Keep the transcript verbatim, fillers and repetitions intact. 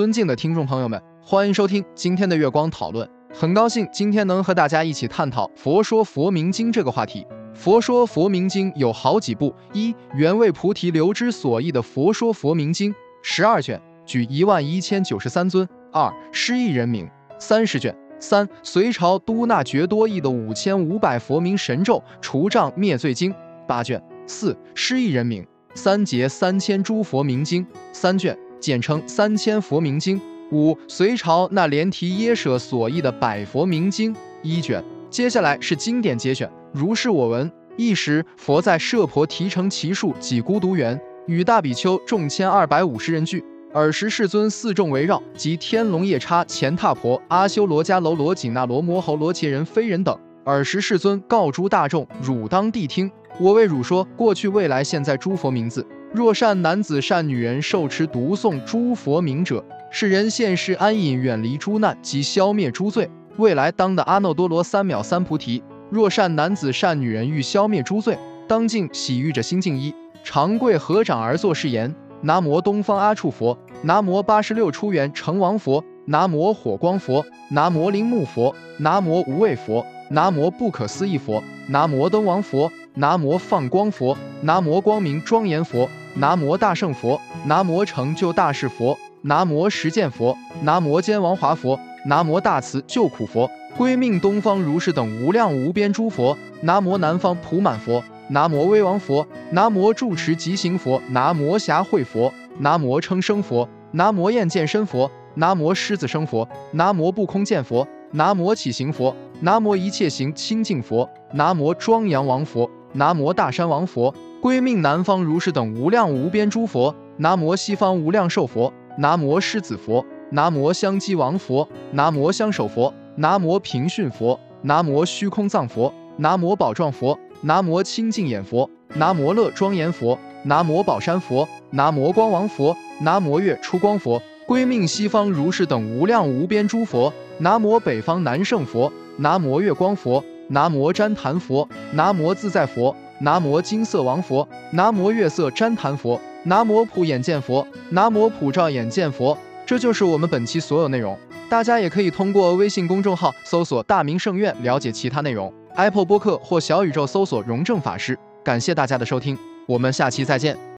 尊敬的听众朋友们，欢迎收听今天的月光讨论。很高兴今天能和大家一起探讨《佛说佛明经》这个话题。《佛说佛明经》有好几部：一、原为菩提流之所译的《佛说佛明经》十二卷，举一万一千九十三尊；二、释义人名三十卷；三、隋朝都那觉多译的五千五百佛名神咒除障灭罪经八卷；四、释义人名三节三千诸佛明经三卷，简称三千佛明经；五、隋朝那连提耶舍所译的百佛明经一卷。接下来是经典节选，如是我闻。一时佛在舍婆提城祇树几孤独园，与大比丘众千二百五十人聚。尔时世尊四众围绕，及天龙夜叉、乾闼婆、阿修罗迦楼罗紧那罗摩侯罗伽人非人等。尔时世尊告诸大众：汝当谛听，我为汝说过去未来现在诸佛名字。若善男子善女人受持读诵诸佛名者，是人现世安隐，远离诸难，及消灭诸罪。未来当得阿耨多罗三藐三菩提。若善男子善女人欲消灭诸罪，当尽洗浴者心净一，长跪合掌而作是言：南无东方阿处佛，南无八十六出元成王佛，南无火光佛，南无铃木佛，南无无畏佛，南无不可思议佛，南无灯王佛，南无放光佛，南无光明庄严佛，南无大圣佛，南无成就大事佛，南无实践佛，南无坚王华佛，南无大慈救苦佛，归命东方如是等无量无边诸佛，南无南方普满佛，南无威王佛，南无住持吉行佛，南无暇会佛，南无称生佛，南无焰见身佛，南无狮子生佛，南无不空见佛，南无起行佛，南无一切行清净佛，南无庄严王佛，南无大山王佛，归命南方如是等无量无边诸佛，南无西方无量寿佛，南无狮子佛，南无香积王佛，南无香手佛，南无平训佛，南无虚空藏佛，南无宝幢佛，南无清净眼佛，南无乐庄严佛，南无宝山佛，南无光王佛，南无月出光佛，归命西方如是等无量无边诸佛，南无北方南胜佛，南无月光佛，南无旃檀佛，南无自在佛，南无金色王佛，南无月色旃檀佛，南无普眼见佛，南无普照眼见佛。这就是我们本期所有内容，大家也可以通过微信公众号搜索大明圣院了解其他内容， Apple 播客或小宇宙搜索荣正法师。感谢大家的收听，我们下期再见。